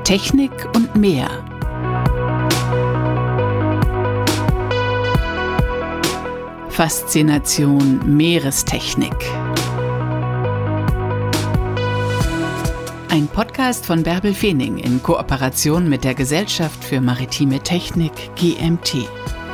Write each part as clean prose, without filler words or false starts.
Technik und mehr. Faszination Meerestechnik. Ein Podcast von Bärbel Feening in Kooperation mit der Gesellschaft für maritime Technik GMT.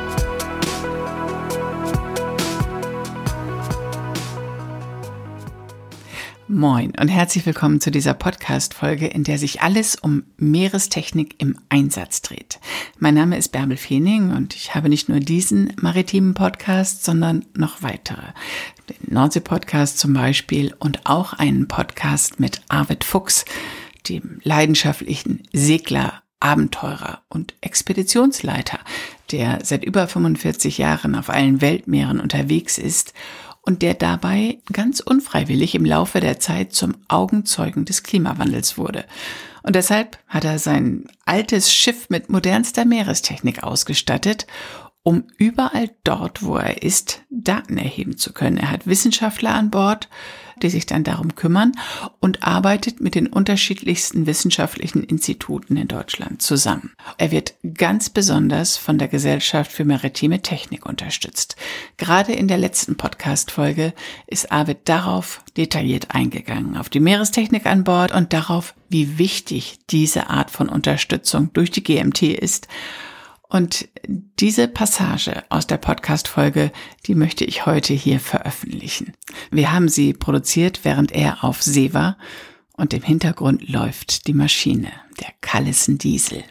Moin und herzlich willkommen zu dieser Podcast-Folge, in der sich alles um Meerestechnik im Einsatz dreht. Mein Name ist Bärbel Feening und ich habe nicht nur diesen maritimen Podcast, sondern noch weitere. Den Nordsee-Podcast zum Beispiel und auch einen Podcast mit Arvid Fuchs, dem leidenschaftlichen Segler, Abenteurer und Expeditionsleiter, der seit über 45 Jahren auf allen Weltmeeren unterwegs ist und der dabei ganz unfreiwillig im Laufe der Zeit zum Augenzeugen des Klimawandels wurde. Und deshalb hat er sein altes Schiff mit modernster Meerestechnik ausgestattet, um überall dort, wo er ist, Daten erheben zu können. Er hat Wissenschaftler an Bord, die sich dann darum kümmern und arbeitet mit den unterschiedlichsten wissenschaftlichen Instituten in Deutschland zusammen. Er wird ganz besonders von der Gesellschaft für maritime Technik unterstützt. Gerade in der letzten Podcast-Folge ist Arvid darauf detailliert eingegangen, auf die Meerestechnik an Bord und darauf, wie wichtig diese Art von Unterstützung durch die GMT ist. Und diese Passage aus der Podcast-Folge, die möchte ich heute hier veröffentlichen. Wir haben sie produziert, während er auf See war und im Hintergrund läuft die Maschine, der Callison Diesel.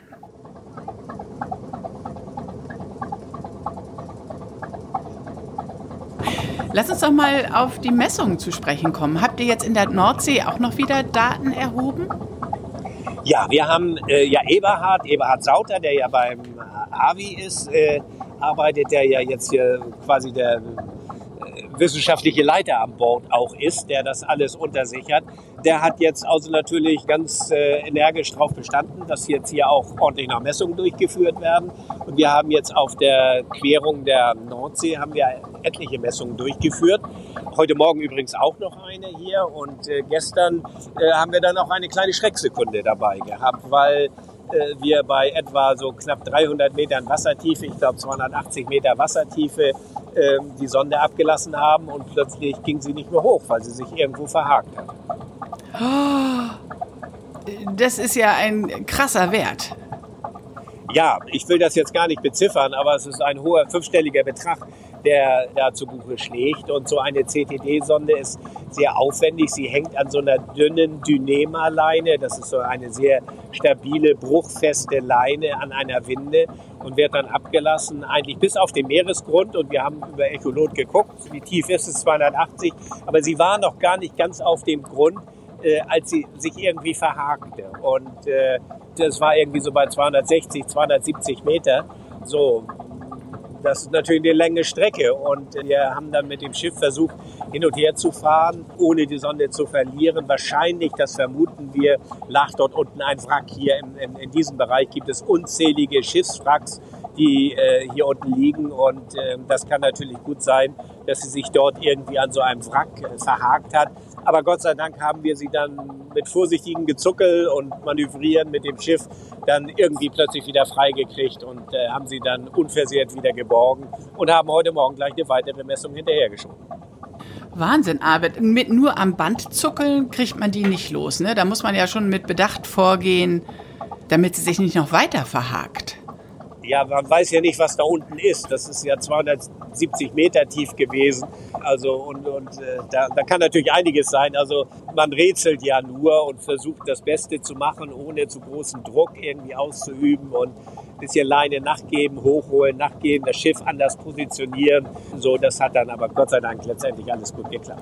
Lass uns doch mal auf die Messungen zu sprechen kommen. Habt ihr jetzt in der Nordsee auch noch wieder Daten erhoben? Ja, wir haben Eberhard Sauter, der ja beim AWI ist, arbeitet, der ja jetzt hier quasi der wissenschaftliche Leiter an Bord auch ist, der das alles unter sich hat. Der hat jetzt also natürlich ganz energisch darauf bestanden, dass jetzt hier auch ordentlich nach Messungen durchgeführt werden. Und wir haben jetzt auf der Querung der Nordsee haben wir etliche Messungen durchgeführt. Heute Morgen übrigens auch noch eine hier und gestern haben wir dann auch eine kleine Schrecksekunde dabei gehabt, weil wir bei etwa so knapp 300 Metern Wassertiefe, ich glaube 280 Meter Wassertiefe, die Sonde abgelassen haben und plötzlich ging sie nicht mehr hoch, weil sie sich irgendwo verhakt hat. Das ist ja ein krasser Wert. Ja, ich will das jetzt gar nicht beziffern, aber es ist ein hoher fünfstelliger Betrag, der da zu Buche schlägt. Und so eine CTD-Sonde ist sehr aufwendig. Sie hängt an so einer dünnen Dynema-Leine. Das ist so eine sehr stabile, bruchfeste Leine an einer Winde und wird dann abgelassen, eigentlich bis auf den Meeresgrund. Und wir haben über Echolot geguckt, wie tief ist es, 280. Aber sie war noch gar nicht ganz auf dem Grund, als sie sich irgendwie verhakte. Und das war irgendwie so bei 260, 270 Meter. So, das ist natürlich eine lange Strecke. Und wir haben dann mit dem Schiff versucht, hin und her zu fahren, ohne die Sonde zu verlieren. Wahrscheinlich, das vermuten wir, lag dort unten ein Wrack. Hier in diesem Bereich gibt es unzählige Schiffswracks, die hier unten liegen. Und das kann natürlich gut sein, dass sie sich dort irgendwie an so einem Wrack verhakt hat. Aber Gott sei Dank haben wir sie dann mit vorsichtigem Gezuckel und Manövrieren mit dem Schiff dann irgendwie plötzlich wieder freigekriegt und haben sie dann unversehrt wieder geborgen und haben heute Morgen gleich eine weitere Messung hinterhergeschoben. Wahnsinn, Arvid. Mit nur am Band zuckeln kriegt man die nicht los, ne? Da muss man ja schon mit Bedacht vorgehen, damit sie sich nicht noch weiter verhakt. Ja, man weiß ja nicht, was da unten ist. Das ist ja 270 Meter tief gewesen. Also da kann natürlich einiges sein. Also man rätselt ja nur und versucht das Beste zu machen, ohne zu großen Druck irgendwie auszuüben und ein bisschen Leine nachgeben, hochholen, nachgeben, das Schiff anders positionieren. So, das hat dann aber Gott sei Dank letztendlich alles gut geklappt.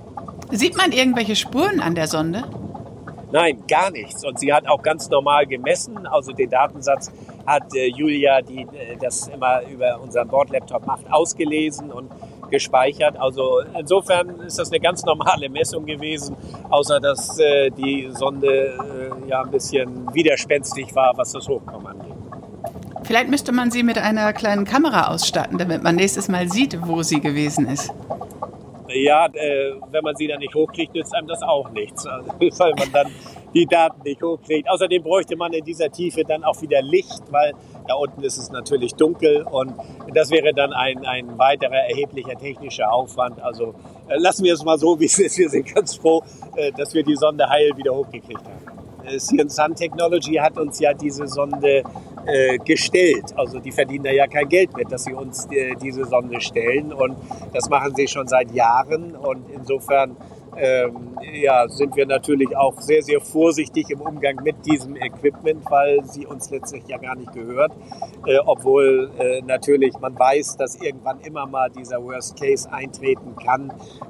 Sieht man irgendwelche Spuren an der Sonde? Nein, gar nichts. Und sie hat auch ganz normal gemessen. Also den Datensatz hat Julia, die das immer über unseren Bordlaptop macht, ausgelesen und gespeichert. Also insofern ist das eine ganz normale Messung gewesen, außer dass die Sonde ein bisschen widerspenstig war, was das Hochkommen angeht. Vielleicht müsste man sie mit einer kleinen Kamera ausstatten, damit man nächstes Mal sieht, wo sie gewesen ist. Ja, wenn man sie dann nicht hochkriegt, nützt einem das auch nichts, weil man dann die Daten nicht hochkriegt. Außerdem bräuchte man in dieser Tiefe dann auch wieder Licht, weil da unten ist es natürlich dunkel und das wäre dann ein weiterer erheblicher technischer Aufwand. Also lassen wir es mal so, wie es ist. Wir sind ganz froh, dass wir die Sonde heil wieder hochgekriegt haben. Sion Sun Technology hat uns ja diese Sonde gestellt. Also die verdienen da ja kein Geld mit, dass sie uns diese Sonde stellen. Und das machen sie schon seit Jahren. Und insofern sind wir natürlich auch sehr, sehr vorsichtig im Umgang mit diesem Equipment, weil sie uns letztlich ja gar nicht gehört. Obwohl natürlich man weiß, dass irgendwann immer mal dieser Worst Case eintreten kann.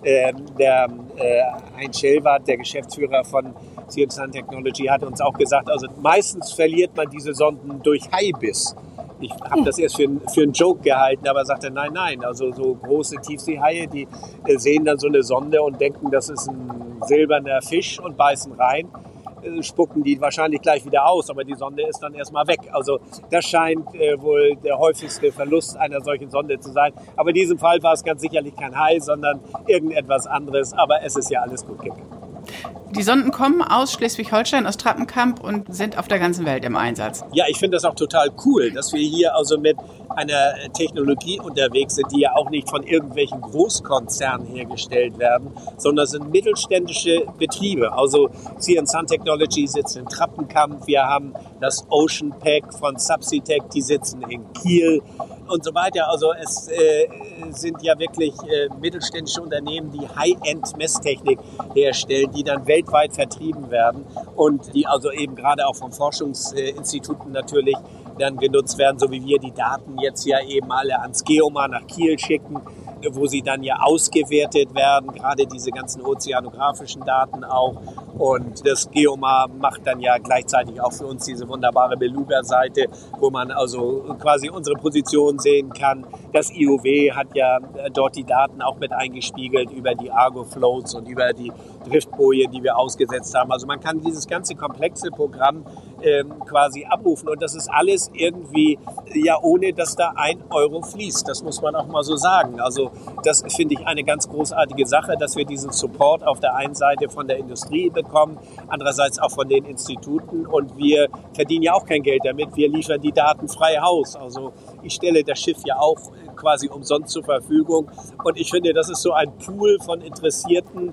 Heinz Schellwarth, der Geschäftsführer von Sion Sun Technology, hat uns auch gesagt, also meistens verliert man diese Sonden durch Haibiss. Ich habe das erst für einen Joke gehalten, aber sagte, nein, also so große Tiefseehaie, die sehen dann so eine Sonde und denken, das ist ein silberner Fisch und beißen rein, spucken die wahrscheinlich gleich wieder aus, aber die Sonde ist dann erstmal weg. Also das scheint wohl der häufigste Verlust einer solchen Sonde zu sein. Aber in diesem Fall war es ganz sicherlich kein Hai, sondern irgendetwas anderes, aber es ist ja alles gut gegangen. Die Sonden kommen aus Schleswig-Holstein, aus Trappenkamp und sind auf der ganzen Welt im Einsatz. Ja, ich finde das auch total cool, dass wir hier also mit einer Technologie unterwegs sind, die ja auch nicht von irgendwelchen Großkonzernen hergestellt werden, sondern sind mittelständische Betriebe. Also Sion Sun Technology sitzt in Trappenkamp, wir haben das Ocean Pack von Subsitech, die sitzen in Kiel und so weiter. Also es sind ja wirklich mittelständische Unternehmen, die High-End-Messtechnik herstellen, die dann weltweit vertrieben werden und die also eben gerade auch von Forschungsinstituten natürlich dann genutzt werden, so wie wir die Daten jetzt ja eben alle ans Geomar nach Kiel schicken, wo sie dann ja ausgewertet werden, gerade diese ganzen ozeanografischen Daten auch. Und das Geomar macht dann ja gleichzeitig auch für uns diese wunderbare Beluga-Seite, wo man also quasi unsere Position sehen kann. Das IOW hat ja dort die Daten auch mit eingespiegelt über die Argo-Floats und über die Driftbojen, die wir ausgesetzt haben. Also man kann dieses ganze komplexe Programm quasi abrufen und das ist alles irgendwie ja ohne, dass da 1 Euro fließt. Das muss man auch mal so sagen. Also das finde ich eine ganz großartige Sache, dass wir diesen Support auf der einen Seite von der Industrie bekommen, andererseits auch von den Instituten und wir verdienen ja auch kein Geld damit. Wir liefern die Daten frei Haus. Also ich stelle das Schiff ja auch quasi umsonst zur Verfügung und ich finde, das ist so ein Pool von Interessierten,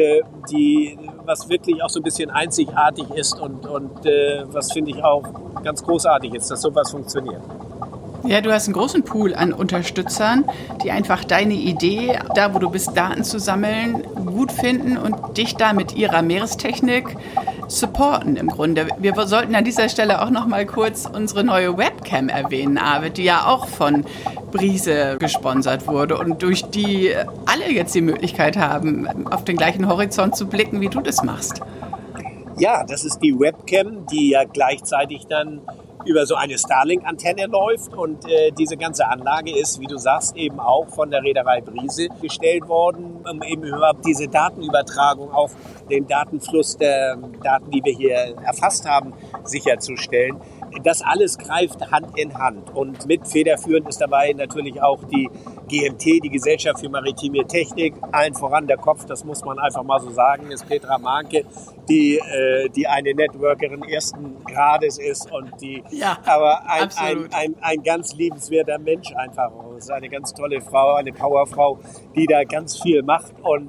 was wirklich auch so ein bisschen einzigartig ist und was finde ich auch ganz großartig ist, dass sowas funktioniert. Ja, du hast einen großen Pool an Unterstützern, die einfach deine Idee, da wo du bist, Daten zu sammeln, gut finden und dich da mit ihrer Meerestechnik supporten im Grunde. Wir sollten an dieser Stelle auch noch mal kurz unsere neue Webcam erwähnen, Arvid, die ja auch von Brise gesponsert wurde und durch die alle jetzt die Möglichkeit haben, auf den gleichen Horizont zu blicken, wie du das machst. Ja, das ist die Webcam, die ja gleichzeitig dann über so eine Starlink-Antenne läuft und diese ganze Anlage ist, wie du sagst, eben auch von der Reederei Brise gestellt worden, um eben überhaupt diese Datenübertragung auf den Datenfluss der Daten, die wir hier erfasst haben, sicherzustellen. Das alles greift Hand in Hand und mit federführend ist dabei natürlich auch die GMT, die Gesellschaft für maritime Technik, allen voran der Kopf, das muss man einfach mal so sagen, ist Petra Mahnke, die eine Networkerin ersten Grades ist und die aber ein ganz liebenswerter Mensch einfach ist, eine ganz tolle Frau, eine Powerfrau, die da ganz viel macht und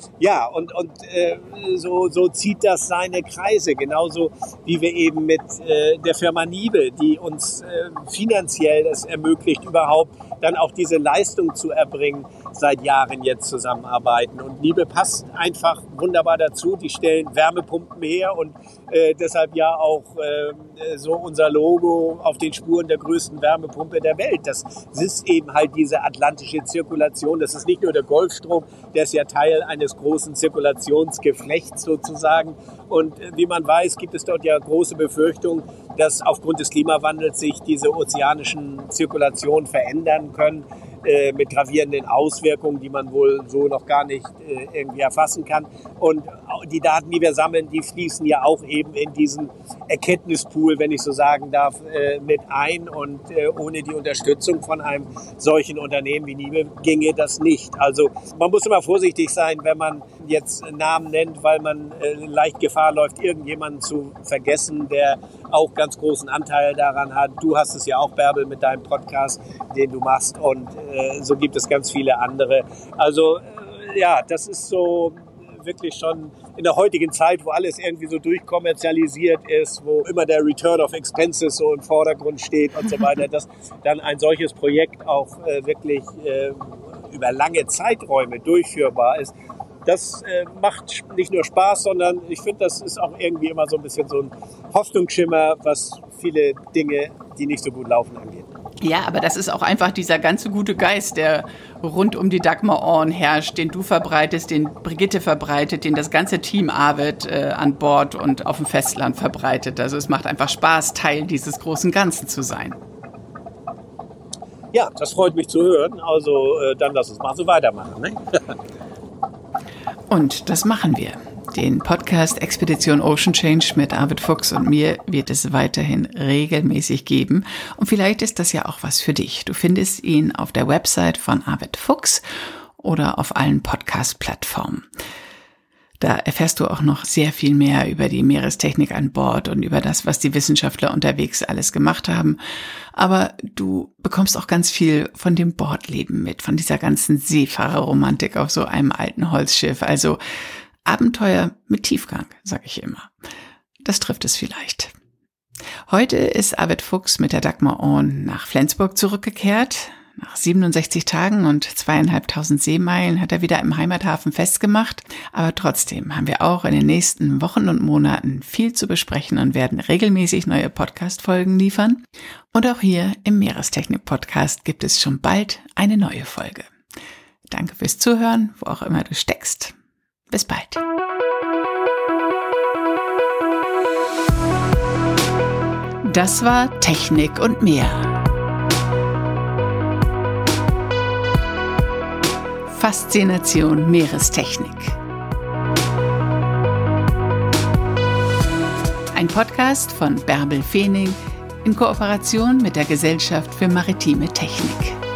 so zieht das seine Kreise, genauso wie wir eben mit der Firma Nibe, die uns finanziell es ermöglicht, überhaupt dann auch diese Leistung zu erbringen, seit Jahren jetzt zusammenarbeiten. Und Nibe passt einfach wunderbar dazu. Die stellen Wärmepumpen her und deshalb ja auch so unser Logo auf den Spuren der größten Wärmepumpe der Welt. Das ist eben halt diese atlantische Zirkulation. Das ist nicht nur der Golfstrom, der ist ja Teil eines großen Zirkulationsgeflechts sozusagen. Und wie man weiß, gibt es dort ja große Befürchtungen, dass aufgrund des Klimawandels sich diese ozeanischen Zirkulationen verändern können. mit gravierenden Auswirkungen, die man wohl so noch gar nicht irgendwie erfassen kann. Und die Daten, die wir sammeln, die fließen ja auch eben in diesen Erkenntnispool, wenn ich so sagen darf, mit ein. Und ohne die Unterstützung von einem solchen Unternehmen wie NIBE ginge das nicht. Also man muss immer vorsichtig sein, wenn man jetzt Namen nennt, weil man leicht Gefahr läuft, irgendjemanden zu vergessen, der auch ganz großen Anteil daran hat. Du hast es ja auch, Bärbel, mit deinem Podcast, den du machst, und so gibt es ganz viele andere. Also ja, das ist so wirklich schon in der heutigen Zeit, wo alles irgendwie so durchkommerzialisiert ist, wo immer der Return of Expenses so im Vordergrund steht und so weiter, dass dann ein solches Projekt auch wirklich über lange Zeiträume durchführbar ist. Das macht nicht nur Spaß, sondern ich finde, das ist auch irgendwie immer so ein bisschen so ein Hoffnungsschimmer, was viele Dinge, die nicht so gut laufen, angeht. Ja, aber das ist auch einfach dieser ganze gute Geist, der rund um die Dagmar Orn herrscht, den du verbreitest, den Brigitte verbreitet, den das ganze Team Arvid an Bord und auf dem Festland verbreitet. Also es macht einfach Spaß, Teil dieses großen Ganzen zu sein. Ja, das freut mich zu hören. Also dann lass uns mal so weitermachen, ne? Und das machen wir. Den Podcast Expedition Ocean Change mit Arvid Fuchs und mir wird es weiterhin regelmäßig geben. Und vielleicht ist das ja auch was für dich. Du findest ihn auf der Website von Arvid Fuchs oder auf allen Podcast-Plattformen. Da erfährst du auch noch sehr viel mehr über die Meerestechnik an Bord und über das, was die Wissenschaftler unterwegs alles gemacht haben. Aber du bekommst auch ganz viel von dem Bordleben mit, von dieser ganzen Seefahrerromantik auf so einem alten Holzschiff. Also Abenteuer mit Tiefgang, sage ich immer. Das trifft es vielleicht. Heute ist Arvid Fuchs mit der Dagmar Orn nach Flensburg zurückgekehrt. Nach 67 Tagen und 2.500 Seemeilen hat er wieder im Heimathafen festgemacht. Aber trotzdem haben wir auch in den nächsten Wochen und Monaten viel zu besprechen und werden regelmäßig neue Podcast-Folgen liefern. Und auch hier im Meerestechnik-Podcast gibt es schon bald eine neue Folge. Danke fürs Zuhören, wo auch immer du steckst. Bis bald. Das war Technik und mehr. Faszination Meerestechnik. Ein Podcast von Bärbel Feening in Kooperation mit der Gesellschaft für maritime Technik.